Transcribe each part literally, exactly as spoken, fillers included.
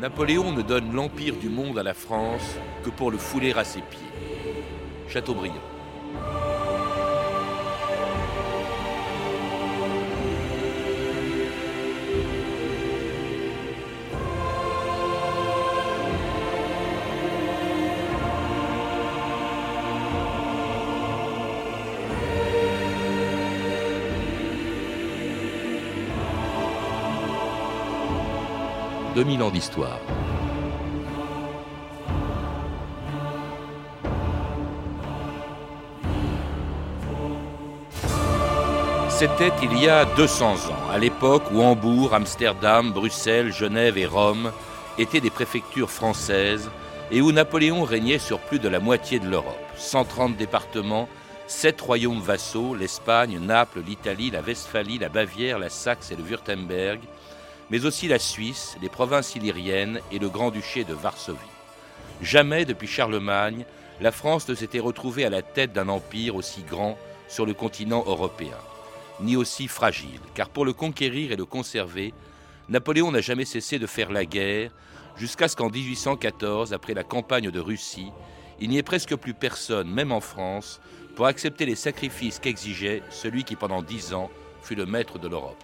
Napoléon ne donne l'empire du monde à la France que pour le fouler à ses pieds. Chateaubriand. deux mille ans d'histoire. C'était il y a deux cents ans, à l'époque où Hambourg, Amsterdam, Bruxelles, Genève et Rome étaient des préfectures françaises et où Napoléon régnait sur plus de la moitié de l'Europe. cent trente départements, sept royaumes vassaux, l'Espagne, Naples, l'Italie, la Westphalie, la Bavière, la Saxe et le Wurtemberg, mais aussi la Suisse, les provinces illyriennes et le Grand-Duché de Varsovie. Jamais depuis Charlemagne, la France ne s'était retrouvée à la tête d'un empire aussi grand sur le continent européen, ni aussi fragile, car pour le conquérir et le conserver, Napoléon n'a jamais cessé de faire la guerre, jusqu'à ce qu'en dix-huit cent quatorze, après la campagne de Russie, il n'y ait presque plus personne, même en France, pour accepter les sacrifices qu'exigeait celui qui pendant dix ans fut le maître de l'Europe.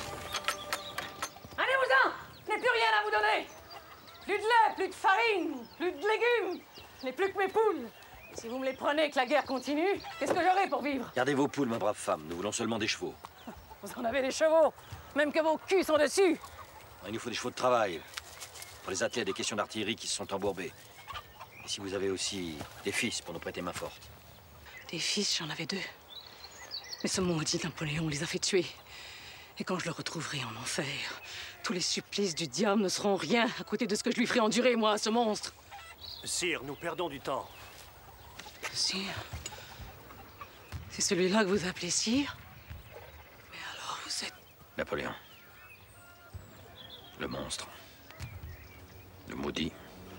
Plus de lait, plus de farine, plus de légumes. Je n'ai plus que mes poules. Et si vous me les prenez et que la guerre continue, qu'est-ce que j'aurai pour vivre? Gardez vos poules, ma brave femme. Nous voulons seulement des chevaux. Vous en avez des chevaux, même que vos culs sont dessus. Il nous faut des chevaux de travail. Pour les atteler à des questions d'artillerie qui se sont embourbées. Et si vous avez aussi des fils pour nous prêter main forte. Des fils, j'en avais deux. Mais ce maudit Napoléon les a fait tuer. Et quand je le retrouverai en enfer, tous les supplices du diable ne seront rien à côté de ce que je lui ferai endurer, moi, à ce monstre. Sire, nous perdons du temps. Sire? C'est celui-là que vous appelez sire? Mais alors, vous êtes... Napoléon. Le monstre. Le maudit.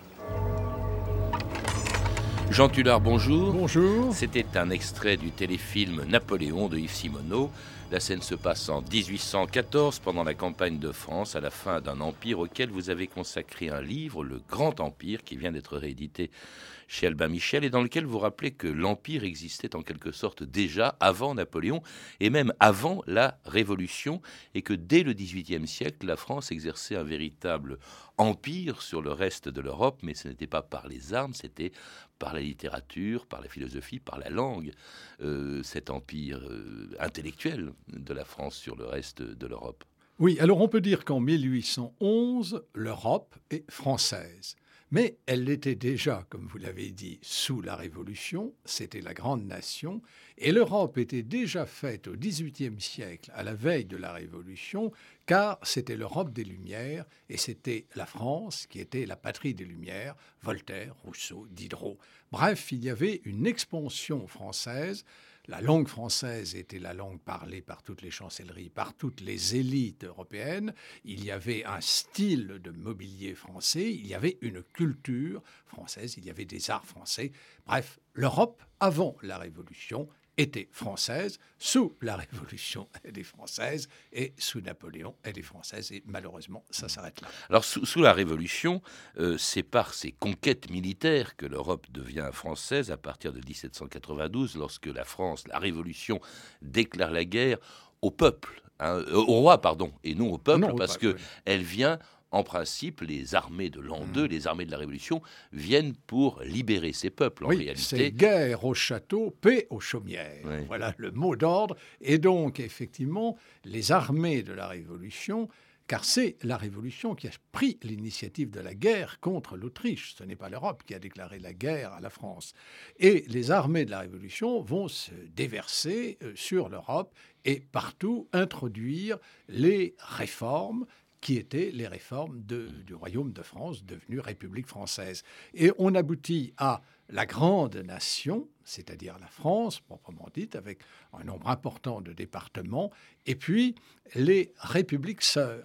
Jean Tullard, bonjour. Bonjour. C'était un extrait du téléfilm Napoléon de Yves Simoneau. La scène se passe en dix-huit cent quatorze, pendant la campagne de France, à la fin d'un empire auquel vous avez consacré un livre, Le Grand Empire, qui vient d'être réédité chez Albin Michel, et dans lequel vous rappelez que l'Empire existait en quelque sorte déjà avant Napoléon, et même avant la Révolution, et que dès le dix-huitième siècle, la France exerçait un véritable empire sur le reste de l'Europe, mais ce n'était pas par les armes, c'était par la littérature, par la philosophie, par la langue, euh, cet empire euh, intellectuel de la France sur le reste de l'Europe. Oui, alors on peut dire qu'en mille huit cent onze, l'Europe est française. Mais elle l'était déjà, comme vous l'avez dit, sous la Révolution, c'était la grande nation, et l'Europe était déjà faite au dix-huitième siècle, à la veille de la Révolution, car c'était l'Europe des Lumières, et c'était la France qui était la patrie des Lumières, Voltaire, Rousseau, Diderot. Bref, il y avait une expansion française. La langue française était la langue parlée par toutes les chancelleries, par toutes les élites européennes. Il y avait un style de mobilier français, il y avait une culture française, il y avait des arts français. Bref, l'Europe, avant la Révolution, était française. Sous la Révolution, elle est française. Et sous Napoléon, elle est française. Et malheureusement, ça s'arrête là. Alors, sous, sous la Révolution, euh, c'est par ces conquêtes militaires que l'Europe devient française à partir de dix-sept cent quatre-vingt-douze, lorsque la France, la Révolution, déclare la guerre au peuple, hein, euh, au roi, pardon, et non au peuple, Non, parce peuple, qu'elle oui. vient... En principe, les armées de l'an deux, mmh. les armées de la Révolution, viennent pour libérer ces peuples, en oui, réalité. C'est guerre au château, paix aux chaumières. Oui. Voilà le mot d'ordre. Et donc, effectivement, les armées de la Révolution, car c'est la Révolution qui a pris l'initiative de la guerre contre l'Autriche. Ce n'est pas l'Europe qui a déclaré la guerre à la France. Et les armées de la Révolution vont se déverser sur l'Europe et partout introduire les réformes qui étaient les réformes de, du Royaume de France, devenu République française. Et on aboutit à la grande nation, c'est-à-dire la France, proprement dite, avec un nombre important de départements, et puis les républiques sœurs.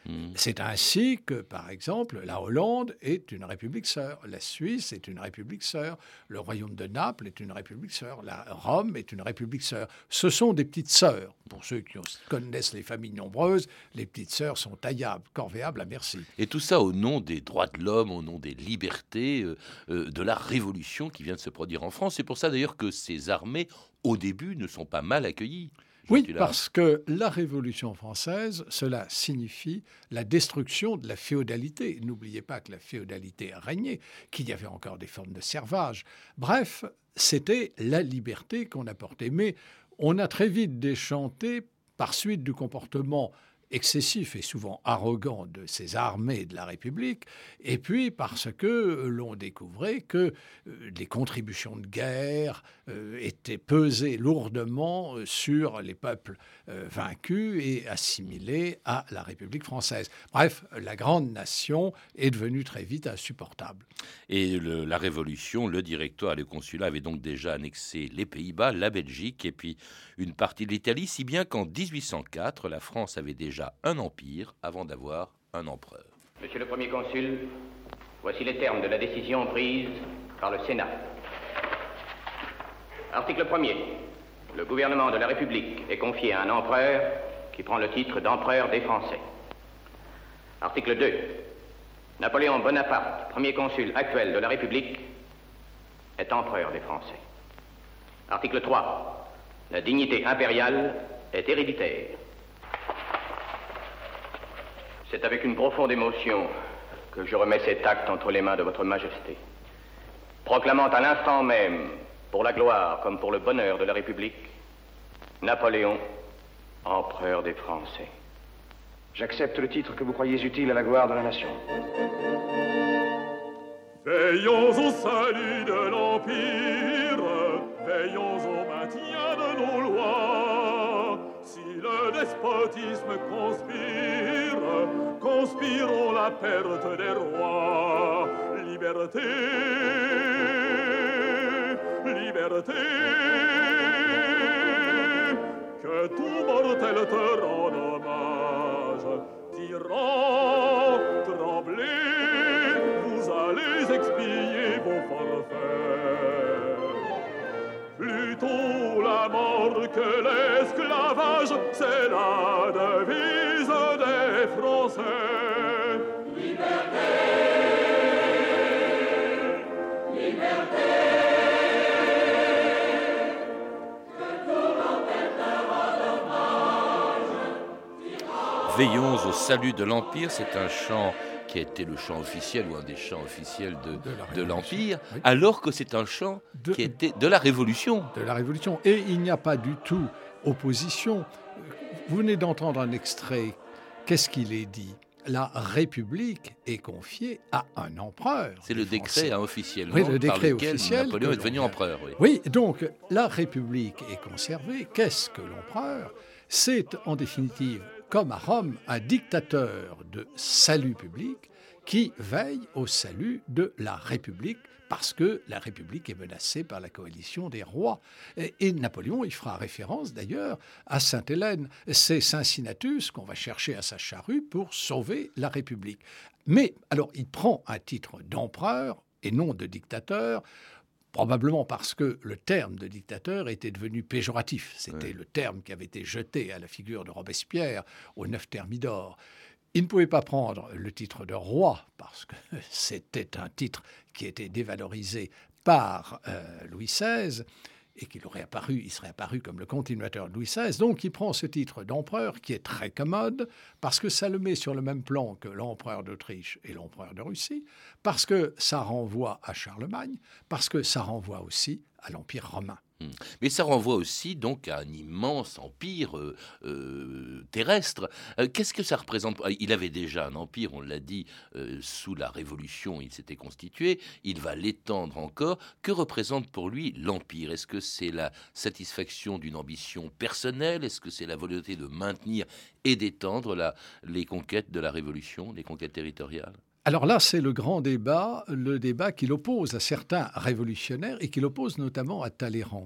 Mmh. C'est ainsi que, par exemple, la Hollande est une république sœur, la Suisse est une république sœur, le royaume de Naples est une république sœur, la Rome est une république sœur. Ce sont des petites sœurs. Pour ceux qui connaissent les familles nombreuses, les petites sœurs sont taillables, corvéables à merci. Et tout ça au nom des droits de l'homme, au nom des libertés, euh, euh, de la révolution qui vient de se produire en France. C'est pour ça d'ailleurs que ces armées, au début, ne sont pas mal accueillies. Oui, parce que la Révolution française, cela signifie la destruction de la féodalité. N'oubliez pas que la féodalité a régné, qu'il y avait encore des formes de servage. Bref, c'était la liberté qu'on apportait. Mais on a très vite déchanté, par suite du comportement excessif et souvent arrogant de ces armées de la République, et puis parce que l'on découvrait que euh, les contributions de guerre euh, étaient pesées lourdement sur les peuples euh, vaincus et assimilés à la République française. Bref, la grande nation est devenue très vite insupportable. Et le, la Révolution, le Directoire et le Consulat avaient donc déjà annexé les Pays-Bas, la Belgique et puis une partie de l'Italie, si bien qu'en dix-huit cent quatre, la France avait déjà un empire avant d'avoir un empereur. Monsieur le Premier Consul, voici les termes de la décision prise par le Sénat. Article premier. Le gouvernement de la République est confié à un empereur qui prend le titre d'empereur des Français. Article deux. Napoléon Bonaparte, premier consul actuel de la République, est empereur des Français. Article trois. La dignité impériale est héréditaire. C'est avec une profonde émotion que je remets cet acte entre les mains de votre Majesté, proclamant à l'instant même, pour la gloire comme pour le bonheur de la République, Napoléon, empereur des Français. J'accepte le titre que vous croyez utile à la gloire de la nation. Veillons au salut de l'Empire, veillons au maintien de nos lois. Si le despotisme conspire, conspirons la perte des rois. Liberté, liberté, que tout mortel te rende hommage. Tyran, tremblez, vous allez expier vos forfaits. Plutôt la mort que l'esclavage, c'est la devise des Français. Liberté, liberté, que tout l'empire te rende hommage. Veillons au salut de l'Empire, c'est un chant qui a été le chant officiel ou un des chants officiels de, de, de l'Empire, oui. Alors que c'est un chant de, qui était de la Révolution. De la Révolution. Et il n'y a pas du tout opposition. Vous venez d'entendre un extrait. Qu'est-ce qu'il est dit ? La République est confiée à un empereur. C'est le décret hein, officiellement oui, le décret par lequel officiel Napoléon est devenu empereur. Oui. oui, donc la République est conservée. Qu'est-ce que l'empereur ? C'est en définitive, comme à Rome, un dictateur de salut public qui veille au salut de la République parce que la République est menacée par la coalition des rois. Et, et Napoléon, il fera référence d'ailleurs à Sainte-Hélène. C'est Cincinnatus qu'on va chercher à sa charrue pour sauver la République. Mais alors, il prend un titre d'empereur et non de dictateur, probablement parce que le terme de dictateur était devenu péjoratif. C'était ouais. le terme qui avait été jeté à la figure de Robespierre au neuf Thermidor. Il ne pouvait pas prendre le titre de roi parce que c'était un titre qui était dévalorisé par euh, Louis seize et qu'il aurait apparu, il serait apparu comme le continuateur de Louis seize. Donc il prend ce titre d'empereur qui est très commode parce que ça le met sur le même plan que l'empereur d'Autriche et l'empereur de Russie, parce que ça renvoie à Charlemagne, parce que ça renvoie aussi à l'Empire romain. Mais ça renvoie aussi donc à un immense empire euh, euh, terrestre. Euh, qu'est-ce que ça représente ? Il avait déjà un empire, on l'a dit, euh, sous la Révolution, il s'était constitué. Il va l'étendre encore. Que représente pour lui l'empire ? Est-ce que c'est la satisfaction d'une ambition personnelle ? Est-ce que c'est la volonté de maintenir et d'étendre la, les conquêtes de la Révolution, les conquêtes territoriales ? Alors là, c'est le grand débat, le débat qui l'oppose à certains révolutionnaires et qui l'oppose notamment à Talleyrand.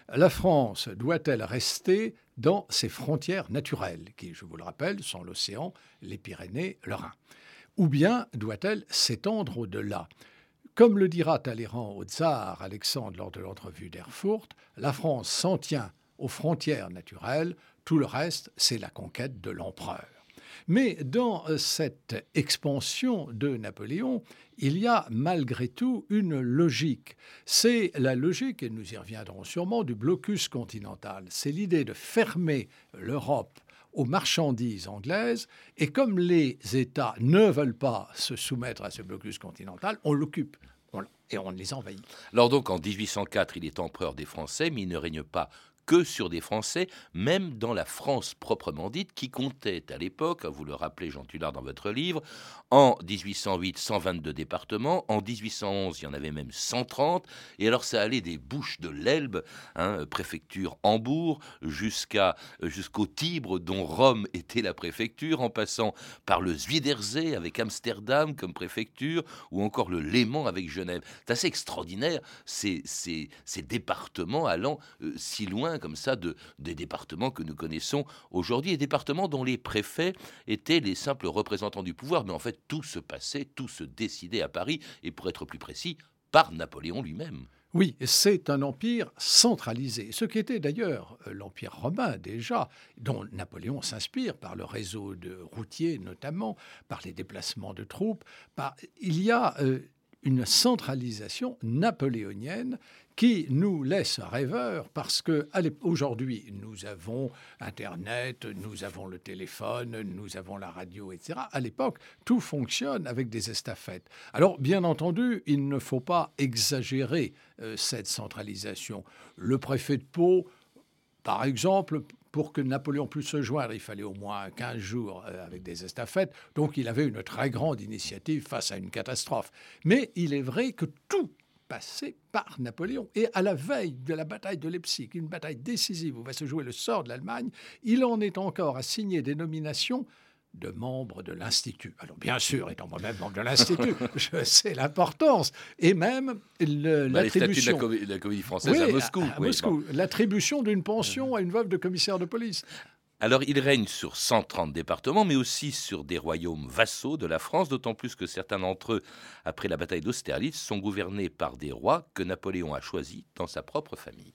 la France doit-elle rester dans ses frontières naturelles, qui, je vous le rappelle, sont l'océan, les Pyrénées, le Rhin? Ou bien doit-elle s'étendre au-delà? Comme le dira Talleyrand au tsar Alexandre lors de l'entrevue d'Erfurt, la France s'en tient aux frontières naturelles, tout le reste, c'est la conquête de l'empereur. Mais dans cette expansion de Napoléon, il y a malgré tout une logique. C'est la logique, et nous y reviendrons sûrement, du blocus continental. C'est l'idée de fermer l'Europe aux marchandises anglaises, et comme les États ne veulent pas se soumettre à ce blocus continental, on l'occupe on, et on les envahit. Alors donc en dix-huit cent quatre, il est empereur des Français, mais il ne règne pas que sur des Français, même dans la France proprement dite, qui comptait à l'époque, vous le rappelez Jean Tullard dans votre livre, en dix-huit cent huit, cent vingt-deux départements, en dix-huit cent onze, il y en avait même cent trente, et alors ça allait des Bouches de l'Elbe, hein, préfecture Hambourg, jusqu'à, jusqu'au Tibre, dont Rome était la préfecture, en passant par le Zuiderzee avec Amsterdam comme préfecture, ou encore le Léman avec Genève. C'est assez extraordinaire, ces, ces, ces départements allant euh, si loin comme ça de, des départements que nous connaissons aujourd'hui, et départements dont les préfets étaient les simples représentants du pouvoir, mais en fait tout se passait, tout se décidait à Paris, et pour être plus précis, par Napoléon lui-même. Oui, c'est un empire centralisé, ce qui était d'ailleurs l'empire romain déjà, dont Napoléon s'inspire par le réseau de routiers notamment, par les déplacements de troupes. Par... Il y a euh, une centralisation napoléonienne qui nous laisse rêveurs parce qu'aujourd'hui, nous avons Internet, nous avons le téléphone, nous avons la radio, et cetera. À l'époque, tout fonctionne avec des estafettes. Alors, bien entendu, il ne faut pas exagérer euh, cette centralisation. Le préfet de Pau, par exemple, pour que Napoléon puisse se joindre, il fallait au moins quinze jours euh, avec des estafettes. Donc, il avait une très grande initiative face à une catastrophe. Mais il est vrai que tout passé par Napoléon. Et à la veille de la bataille de Leipzig, une bataille décisive où va se jouer le sort de l'Allemagne, il en est encore à signer des nominations de membres de l'Institut. Alors bien sûr, étant moi-même membre de l'Institut, je sais l'importance. Et même le, bah, l'attribution... Les statuts de la, com- de la Comédie Française oui, à Moscou. À, à oui, Moscou. Bon. L'attribution d'une pension à une veuve de commissaire de police. Alors, il règne sur cent trente départements, mais aussi sur des royaumes vassaux de la France, d'autant plus que certains d'entre eux, après la bataille d'Austerlitz, sont gouvernés par des rois que Napoléon a choisis dans sa propre famille.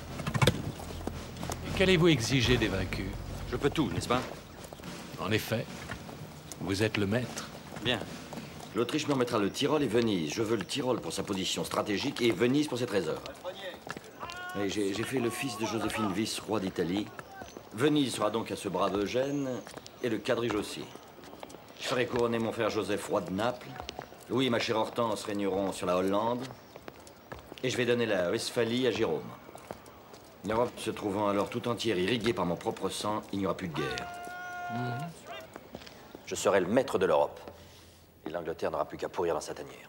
Qu'allez-vous exiger des vaincus? Je peux tout, n'est-ce pas? En effet, vous êtes le maître. Bien. L'Autriche me remettra le Tyrol et Venise. Je veux le Tyrol pour sa position stratégique et Venise pour ses trésors. Et j'ai, j'ai fait le fils de Joséphine Vice, roi d'Italie. Venise sera donc à ce brave Eugène, et le quadrige aussi. Je ferai couronner mon frère Joseph, roi de Naples. Louis et ma chère Hortense régneront sur la Hollande. Et je vais donner la Westphalie à Jérôme. L'Europe se trouvant alors tout entière irriguée par mon propre sang, il n'y aura plus de guerre. Mmh. Je serai le maître de l'Europe. Et l'Angleterre n'aura plus qu'à pourrir dans sa tanière.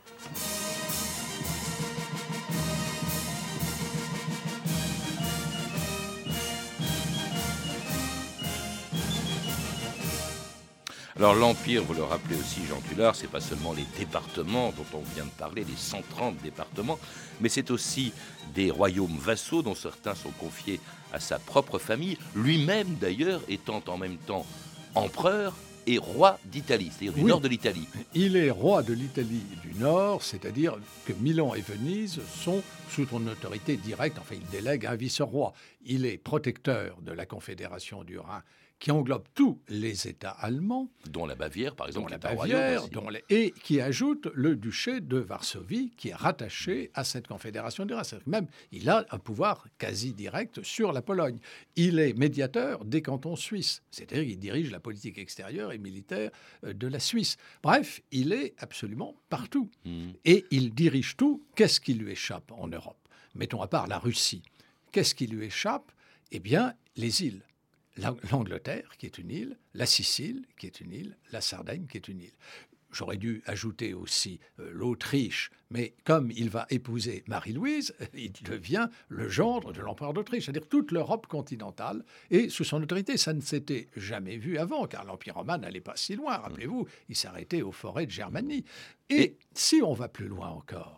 Alors l'Empire, vous le rappelez aussi Jean Tullard, c'est pas seulement les départements dont on vient de parler, les cent trente départements, mais c'est aussi des royaumes vassaux dont certains sont confiés à sa propre famille, lui-même d'ailleurs étant en même temps empereur et roi d'Italie, c'est-à-dire du oui. nord de l'Italie. Il est roi de l'Italie du Nord, c'est-à-dire que Milan et Venise sont sous son autorité directe, enfin il délègue un vice-roi. Il est protecteur de la Confédération du Rhin, qui englobe tous les États allemands. Dont la Bavière, par exemple. Dont la Bavière, dont les, et qui ajoute le duché de Varsovie, qui est rattaché à cette confédération du Rhin. C'est-à-dire que même, il a un pouvoir quasi direct sur la Pologne. Il est médiateur des cantons suisses, c'est-à-dire qu'il dirige la politique extérieure et militaire de la Suisse. Bref, il est absolument partout. Mmh. Et il dirige tout. Qu'est-ce qui lui échappe en Europe? Mettons à part la Russie. Qu'est-ce qui lui échappe? Eh bien, les îles. L'Angleterre, qui est une île, la Sicile, qui est une île, la Sardaigne, qui est une île. J'aurais dû ajouter aussi euh, l'Autriche, mais comme il va épouser Marie-Louise, il devient le gendre de l'empereur d'Autriche, c'est-à-dire toute l'Europe continentale, et sous son autorité, ça ne s'était jamais vu avant, car l'Empire romain n'allait pas si loin, rappelez-vous, il s'arrêtait aux forêts de Germanie. Et, et si on va plus loin encore,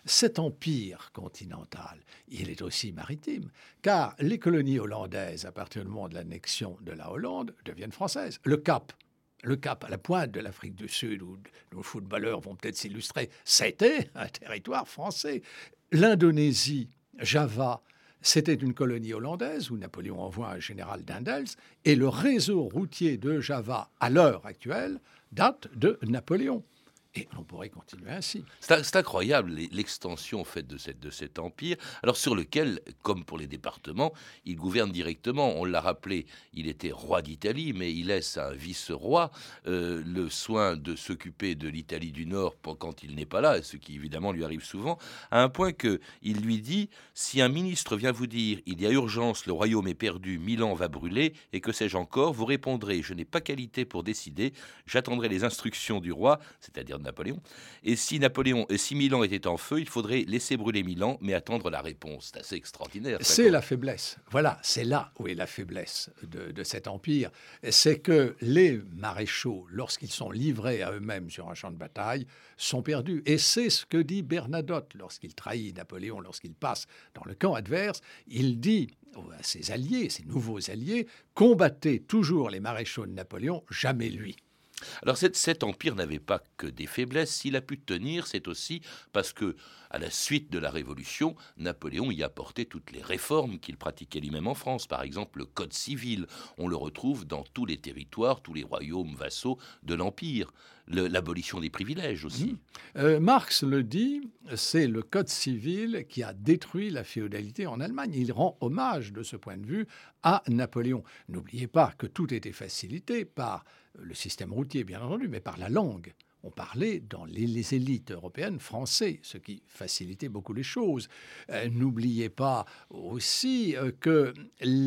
cet empire continental, il est aussi maritime, car les colonies hollandaises, à partir du moment de l'annexion de la Hollande, deviennent françaises. Le Cap, le Cap à la pointe de l'Afrique du Sud, où nos footballeurs vont peut-être s'illustrer, c'était un territoire français. L'Indonésie, Java, c'était une colonie hollandaise où Napoléon envoie un général d'Indels, et le réseau routier de Java, à l'heure actuelle, date de Napoléon. Et on pourrait continuer ainsi. C'est, c'est incroyable, l'extension en fait, de, cette, de cet empire, alors sur lequel, comme pour les départements, il gouverne directement. On l'a rappelé, il était roi d'Italie, mais il laisse à un vice-roi euh, le soin de s'occuper de l'Italie du Nord quand il n'est pas là, ce qui évidemment lui arrive souvent, à un point qu'il lui dit « Si un ministre vient vous dire « Il y a urgence, le royaume est perdu, Milan va brûler, et que sais-je encore ?» vous répondrez « Je n'ai pas qualité pour décider, j'attendrai les instructions du roi, c'est-à-dire Napoléon. Et si Napoléon, et si Milan était en feu, il faudrait laisser brûler Milan, mais attendre la réponse. » C'est assez extraordinaire. C'est la faiblesse. Voilà, c'est là où est la faiblesse de, de cet empire. C'est que les maréchaux, lorsqu'ils sont livrés à eux-mêmes sur un champ de bataille, sont perdus. Et c'est ce que dit Bernadotte lorsqu'il trahit Napoléon, lorsqu'il passe dans le camp adverse. Il dit à ses alliés, ses nouveaux alliés, combattez toujours les maréchaux de Napoléon, jamais lui. Alors cet, cet empire n'avait pas que des faiblesses. S'il a pu tenir, c'est aussi parce que, à la suite de la Révolution, Napoléon y a apporté toutes les réformes qu'il pratiquait lui-même en France. Par exemple, le Code civil, on le retrouve dans tous les territoires, tous les royaumes vassaux de l'Empire. Le, l'abolition des privilèges aussi. Mmh. Euh, Marx le dit, c'est le Code civil qui a détruit la féodalité en Allemagne. Il rend hommage, de ce point de vue, à Napoléon. N'oubliez pas que tout était facilité par le système routier, bien entendu, mais par la langue. On parlait dans les, les élites européennes français, ce qui facilitait beaucoup les choses. Euh, n'oubliez pas aussi euh, que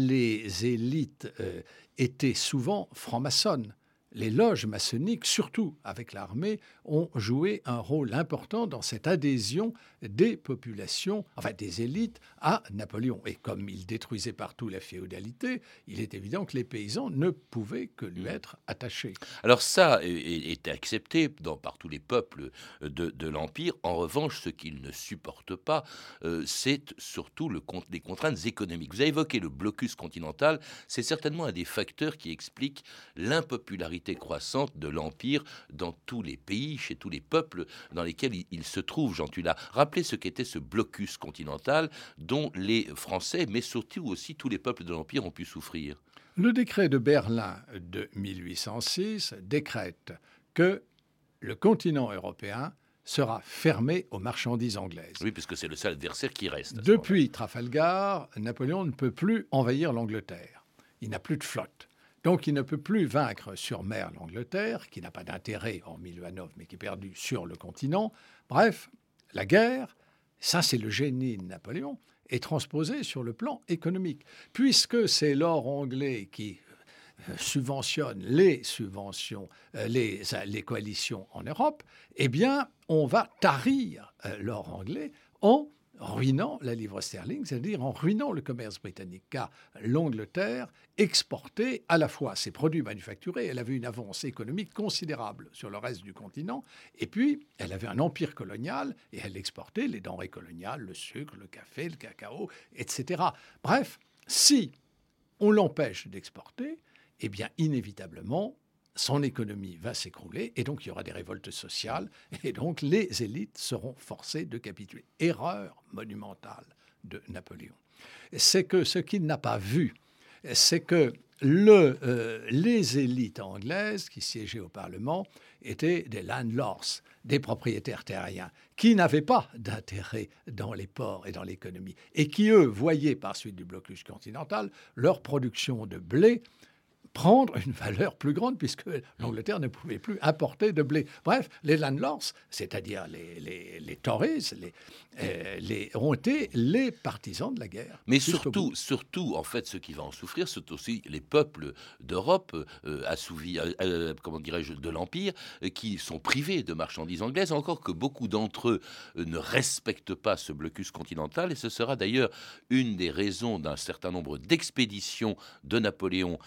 les élites euh, étaient souvent francs-maçonnes. Les loges maçonniques, surtout avec l'armée, ont joué un rôle important dans cette adhésion des populations, enfin des élites, à Napoléon. Et comme il détruisait partout la féodalité, il est évident que les paysans ne pouvaient que lui être attachés. Alors ça est, est accepté dans, par tous les peuples de, de l'Empire. En revanche, ce qu'ils ne supportent pas, euh, c'est surtout le, les contraintes économiques. Vous avez évoqué le blocus continental. C'est certainement un des facteurs qui explique l'impopularité croissante de l'Empire dans tous les pays, chez tous les peuples dans lesquels il, il se trouve. Jean, tu l'as rappelé ce qu'était ce blocus continental dont les Français, mais surtout aussi tous les peuples de l'Empire ont pu souffrir. Le décret de Berlin de mille huit cent six décrète que le continent européen sera fermé aux marchandises anglaises. Oui, puisque c'est le seul adversaire qui reste. Depuis Trafalgar, Napoléon ne peut plus envahir l'Angleterre. Il n'a plus de flotte. Donc, il ne peut plus vaincre sur mer l'Angleterre, qui n'a pas d'intérêt, hormis le Hanovre, mais qui est perdu sur le continent. Bref, la guerre, ça c'est le génie de Napoléon, est transposée sur le plan économique. Puisque c'est l'or anglais qui subventionne les subventions, les, les coalitions en Europe, eh bien, on va tarir l'or anglais en ruinant la livre sterling, c'est-à-dire en ruinant le commerce britannique, car l'Angleterre exportait à la fois ses produits manufacturés, elle avait une avance économique considérable sur le reste du continent, et puis elle avait un empire colonial, et elle exportait les denrées coloniales, le sucre, le café, le cacao, et cetera. Bref, si on l'empêche d'exporter, eh bien inévitablement, son économie va s'écrouler et donc il y aura des révoltes sociales et donc les élites seront forcées de capituler. Erreur monumentale de Napoléon. C'est que ce qu'il n'a pas vu, c'est que le, euh, les élites anglaises qui siégeaient au Parlement étaient des landlords, des propriétaires terriens, qui n'avaient pas d'intérêt dans les ports et dans l'économie et qui, eux, voyaient par suite du blocus continental leur production de blé prendre une valeur plus grande puisque l'Angleterre ne pouvait plus importer de blé. Bref, les landlords, c'est-à-dire les, les, les Tories, les, euh, les, ont été les partisans de la guerre. Mais surtout, surtout, en fait, ce qui va en souffrir, c'est aussi les peuples d'Europe euh, assouvis, euh, comment dirais-je, de l'Empire, euh, qui sont privés de marchandises anglaises, encore que beaucoup d'entre eux euh, ne respectent pas ce blocus continental. Et ce sera d'ailleurs une des raisons d'un certain nombre d'expéditions de Napoléon euh, en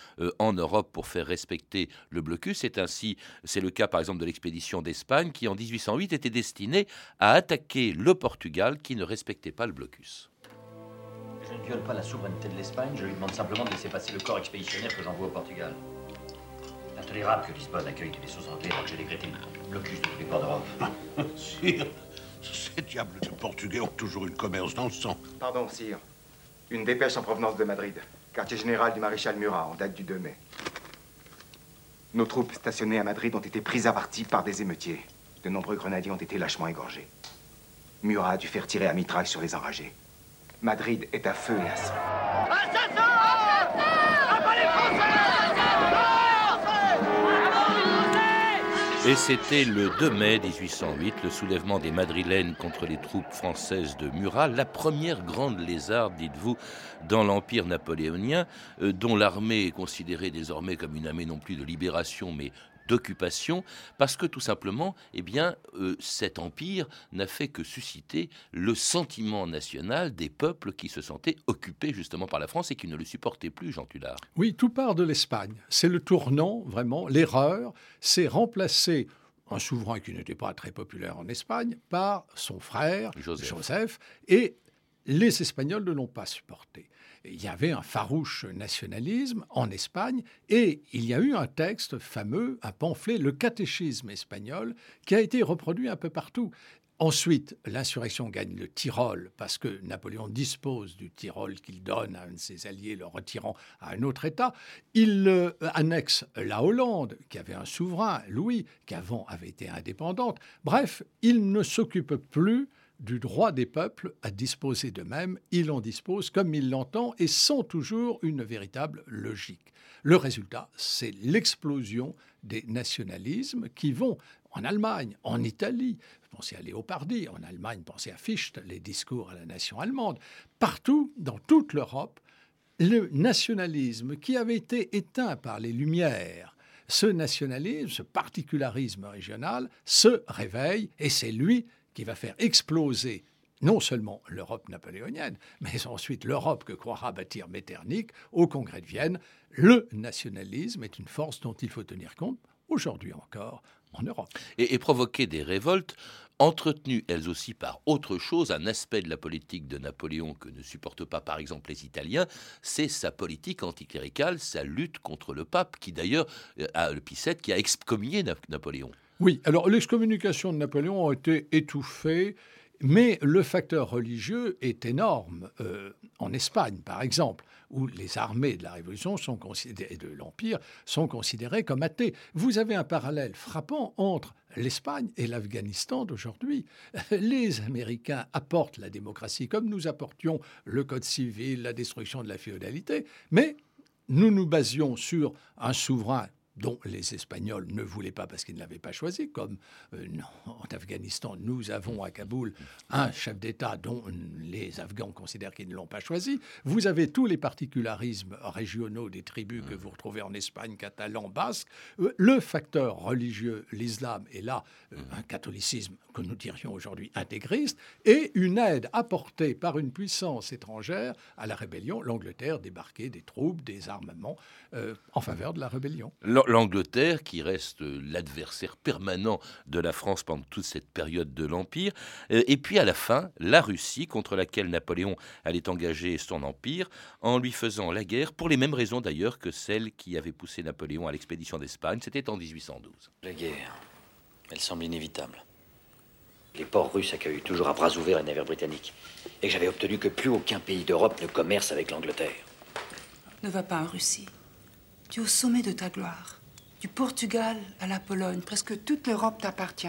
en Europe pour faire respecter le blocus. C'est ainsi, c'est le cas par exemple de l'expédition d'Espagne qui en dix-huit cent huit était destinée à attaquer le Portugal qui ne respectait pas le blocus. Je ne viole pas la souveraineté de l'Espagne, je lui demande simplement de laisser passer le corps expéditionnaire que j'envoie au Portugal. Intolérable que Lisbonne accueille des vaisseaux anglais alors que j'ai décrété le blocus de tous les ports d'Europe. Sire, ces diables de Portugais ont toujours eu le commerce dans le sang. Pardon, sire. Une dépêche en provenance de Madrid, quartier général du maréchal Murat, en date du deux mai. Nos troupes stationnées à Madrid ont été prises à partie par des émeutiers. De nombreux grenadiers ont été lâchement égorgés. Murat a dû faire tirer à mitraille sur les enragés. Madrid est à feu et à sang. Et c'était le deux mai dix-huit cent huit, le soulèvement des Madrilènes contre les troupes françaises de Murat, la première grande lézarde, dites-vous, dans l'Empire napoléonien, euh, dont l'armée est considérée désormais comme une armée non plus de libération, mais d'occupation, parce que tout simplement, eh bien, euh, cet empire n'a fait que susciter le sentiment national des peuples qui se sentaient occupés justement par la France et qui ne le supportaient plus, Jean Tullard. Oui, tout part de l'Espagne. C'est le tournant, vraiment, l'erreur, c'est remplacer un souverain qui n'était pas très populaire en Espagne par son frère, Joseph, Joseph et les Espagnols ne l'ont pas supporté. Il y avait un farouche nationalisme en Espagne et il y a eu un texte fameux, un pamphlet, le catéchisme espagnol, qui a été reproduit un peu partout. Ensuite, l'insurrection gagne le Tyrol parce que Napoléon dispose du Tyrol qu'il donne à un de ses alliés, le retirant à un autre État. Il euh, annexe la Hollande, qui avait un souverain, Louis, qui avant avait été indépendante. Bref, il ne s'occupe plus du droit des peuples à disposer d'eux-mêmes. Il en dispose comme il l'entend et sans toujours une véritable logique. Le résultat, c'est l'explosion des nationalismes qui vont en Allemagne, en Italie. Pensez à Léopardi, en Allemagne, pensez à Fichte, les discours à la nation allemande. Partout, dans toute l'Europe, le nationalisme qui avait été éteint par les Lumières, ce nationalisme, ce particularisme régional se réveille et c'est lui qui va faire exploser non seulement l'Europe napoléonienne, mais ensuite l'Europe que croira bâtir Metternich au Congrès de Vienne. Le nationalisme est une force dont il faut tenir compte, aujourd'hui encore, en Europe. Et, et provoquer des révoltes entretenues, elles aussi, par autre chose, un aspect de la politique de Napoléon que ne supportent pas, par exemple, les Italiens, c'est sa politique anticléricale, sa lutte contre le pape, qui d'ailleurs, a le Pie sept, qui a excommunié Napoléon. Oui, alors l'excommunication de Napoléon a été étouffée, mais le facteur religieux est énorme. Euh, en Espagne, par exemple, où les armées de la Révolution sont considérées, de l'Empire sont considérées comme athées. Vous avez un parallèle frappant entre l'Espagne et l'Afghanistan d'aujourd'hui. Les Américains apportent la démocratie comme nous apportions le Code civil, la destruction de la féodalité, mais nous nous basions sur un souverain dont les Espagnols ne voulaient pas parce qu'ils ne l'avaient pas choisi, comme euh, non, en Afghanistan, nous avons à Kaboul un chef d'État dont les Afghans considèrent qu'ils ne l'ont pas choisi. Vous avez tous les particularismes régionaux des tribus que vous retrouvez en Espagne, catalan, basque. Euh, le facteur religieux, l'islam, est là, euh, un catholicisme que nous dirions aujourd'hui intégriste, et une aide apportée par une puissance étrangère à la rébellion, l'Angleterre débarquait des troupes, des armements euh, en faveur de la rébellion. L'Angleterre, qui reste l'adversaire permanent de la France pendant toute cette période de l'Empire. Et puis à la fin, la Russie, contre laquelle Napoléon allait engager son empire, en lui faisant la guerre, pour les mêmes raisons d'ailleurs que celles qui avaient poussé Napoléon à l'expédition d'Espagne. C'était en dix-huit cent douze. La guerre, elle semble inévitable. Les ports russes accueillent toujours à bras ouverts les navires britanniques. Et j'avais obtenu que plus aucun pays d'Europe ne commerce avec l'Angleterre. Ne va pas en Russie. Tu es au sommet de ta gloire. Du Portugal à la Pologne, presque toute l'Europe t'appartient.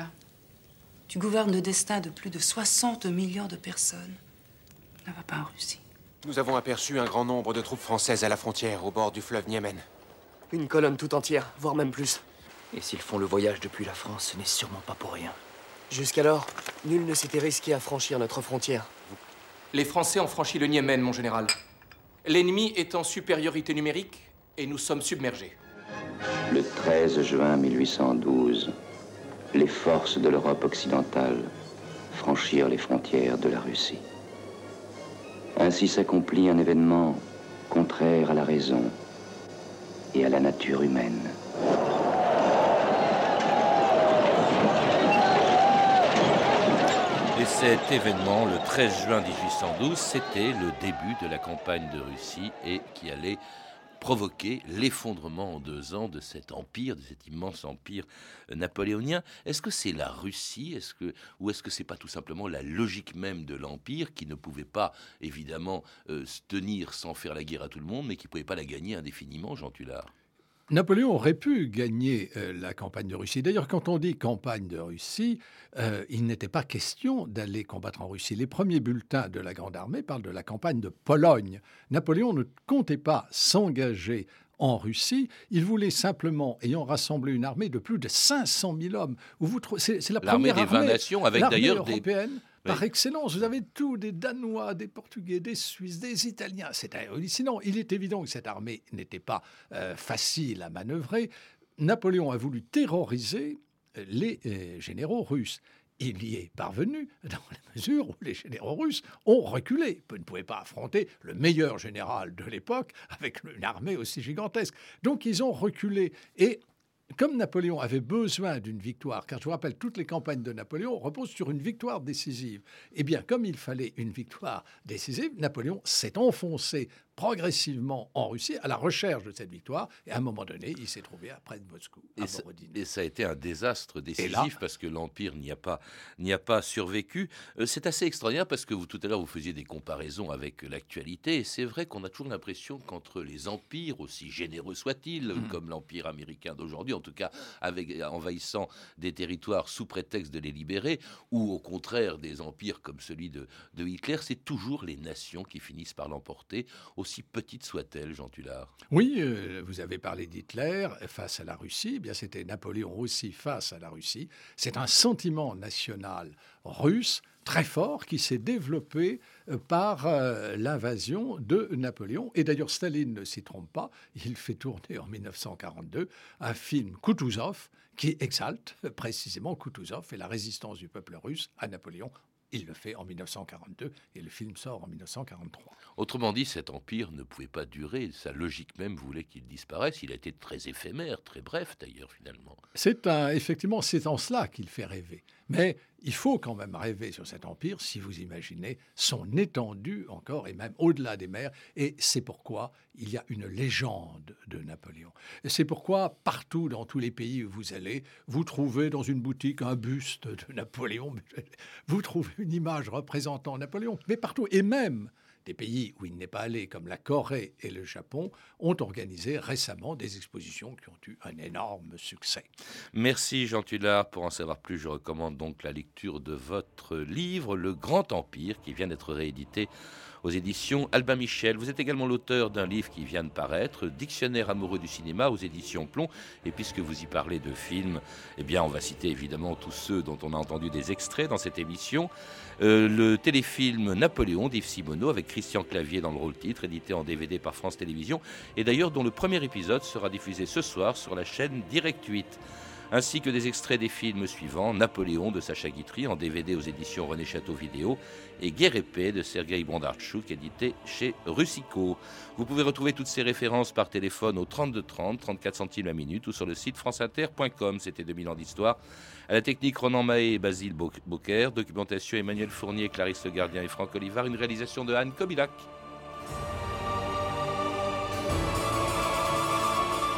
Tu gouvernes le destin de plus de soixante millions de personnes. Ne va pas en Russie. Nous avons aperçu un grand nombre de troupes françaises à la frontière, au bord du fleuve Niémen. Une colonne tout entière, voire même plus. Et s'ils font le voyage depuis la France, ce n'est sûrement pas pour rien. Jusqu'alors, nul ne s'était risqué à franchir notre frontière. Les Français ont franchi le Niémen, mon général. L'ennemi est en supériorité numérique et nous sommes submergés. Le treize juin mille huit cent douze, les forces de l'Europe occidentale franchirent les frontières de la Russie. Ainsi s'accomplit un événement contraire à la raison, et à la nature humaine. Et cet événement, le treize juin mille huit cent douze, c'était le début de la campagne de Russie et qui allait provoquer l'effondrement en deux ans de cet empire, de cet immense empire napoléonien. Est-ce que c'est la Russie, est-ce que, ou est-ce que c'est pas tout simplement la logique même de l'empire qui ne pouvait pas, évidemment, euh, se tenir sans faire la guerre à tout le monde, mais qui ne pouvait pas la gagner indéfiniment, Jean Tullard ? Napoléon aurait pu gagner euh, la campagne de Russie. D'ailleurs, quand on dit campagne de Russie, euh, il n'était pas question d'aller combattre en Russie. Les premiers bulletins de la Grande Armée parlent de la campagne de Pologne. Napoléon ne comptait pas s'engager en Russie. Il voulait simplement, ayant rassemblé une armée de plus de cinq cent mille hommes, où vous trouvez, c'est, c'est la l'armée première des vingt armée, nations, avec l'armée d'ailleurs européenne. des... Par oui. excellence, vous avez tout, des Danois, des Portugais, des Suisses, des Italiens. C'est hallucinant. Il est évident que cette armée n'était pas euh, facile à manœuvrer. Napoléon a voulu terroriser les euh, généraux russes. Il y est parvenu dans la mesure où les généraux russes ont reculé. Ils ne pouvaient pas affronter le meilleur général de l'époque avec une armée aussi gigantesque. Donc ils ont reculé. Et comme Napoléon avait besoin d'une victoire, car je vous rappelle, toutes les campagnes de Napoléon reposent sur une victoire décisive, eh bien, comme il fallait une victoire décisive, Napoléon s'est enfoncé progressivement en Russie à la recherche de cette victoire. Et à un moment donné, il s'est trouvé près de Moscou, à et, ça, Borodine. et ça a été un désastre décisif là, parce que l'Empire n'y a pas, n'y a pas survécu. Euh, c'est assez extraordinaire parce que vous, tout à l'heure, vous faisiez des comparaisons avec l'actualité. Et c'est vrai qu'on a toujours l'impression qu'entre les empires, aussi généreux soient-ils, mmh. comme l'Empire américain d'aujourd'hui, en tout cas avec, envahissant des territoires sous prétexte de les libérer, ou au contraire des empires comme celui de, de Hitler, c'est toujours les nations qui finissent par l'emporter, aussi petite soit-elle, Jean Tullard. Oui, euh, vous avez parlé d'Hitler face à la Russie. Eh bien, c'était Napoléon aussi face à la Russie. C'est un sentiment national russe très fort qui s'est développé euh, par euh, l'invasion de Napoléon. Et d'ailleurs, Staline ne s'y trompe pas. Il fait tourner en dix-neuf cent quarante-deux un film Koutouzov qui exalte euh, précisément Koutouzov et la résistance du peuple russe à Napoléon. Il le fait en dix-neuf cent quarante-deux et le film sort en dix-neuf cent quarante-trois. Autrement dit, cet empire ne pouvait pas durer. Sa logique même voulait qu'il disparaisse. Il a été très éphémère, très bref d'ailleurs finalement. C'est un, effectivement, c'est en cela qu'il fait rêver. Mais il faut quand même rêver sur cet empire si vous imaginez son étendue encore et même au-delà des mers. Et c'est pourquoi il y a une légende de Napoléon. Et c'est pourquoi partout dans tous les pays où vous allez, vous trouvez dans une boutique un buste de Napoléon. Vous trouvez une image représentant Napoléon. Mais partout, et même des pays où il n'est pas allé, comme la Corée et le Japon, ont organisé récemment des expositions qui ont eu un énorme succès. Merci Jean Tullard. Pour en savoir plus, je recommande donc la lecture de votre livre, Le Grand Empire, qui vient d'être réédité aux éditions Albin Michel. Vous êtes également l'auteur d'un livre qui vient de paraître, Dictionnaire amoureux du cinéma, aux éditions Plomb. Et puisque vous y parlez de films, eh bien, on va citer évidemment tous ceux dont on a entendu des extraits dans cette émission. Euh, le téléfilm Napoléon d'Yves Simoneau, avec Christian Clavier dans le rôle-titre, édité en D V D par France Télévisions, et d'ailleurs dont le premier épisode sera diffusé ce soir sur la chaîne Direct huit. Ainsi que des extraits des films suivants, Napoléon de Sacha Guitry en D V D aux éditions René Château Vidéo et Guerre et Paix de Sergueï Bondartchouk, édité chez Russico. Vous pouvez retrouver toutes ces références par téléphone au trente-deux trente, trente-quatre centimes la minute ou sur le site franceinter point com. C'était deux mille ans d'histoire. À la technique, Ronan Mahé et Basile Bocquer. Documentation, Emmanuel Fournier, Clarisse Le Gardien et Franck Olivard. Une réalisation de Anne Kobilac.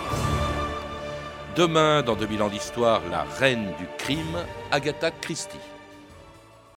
Demain, dans deux mille ans d'histoire, la reine du crime, Agatha Christie.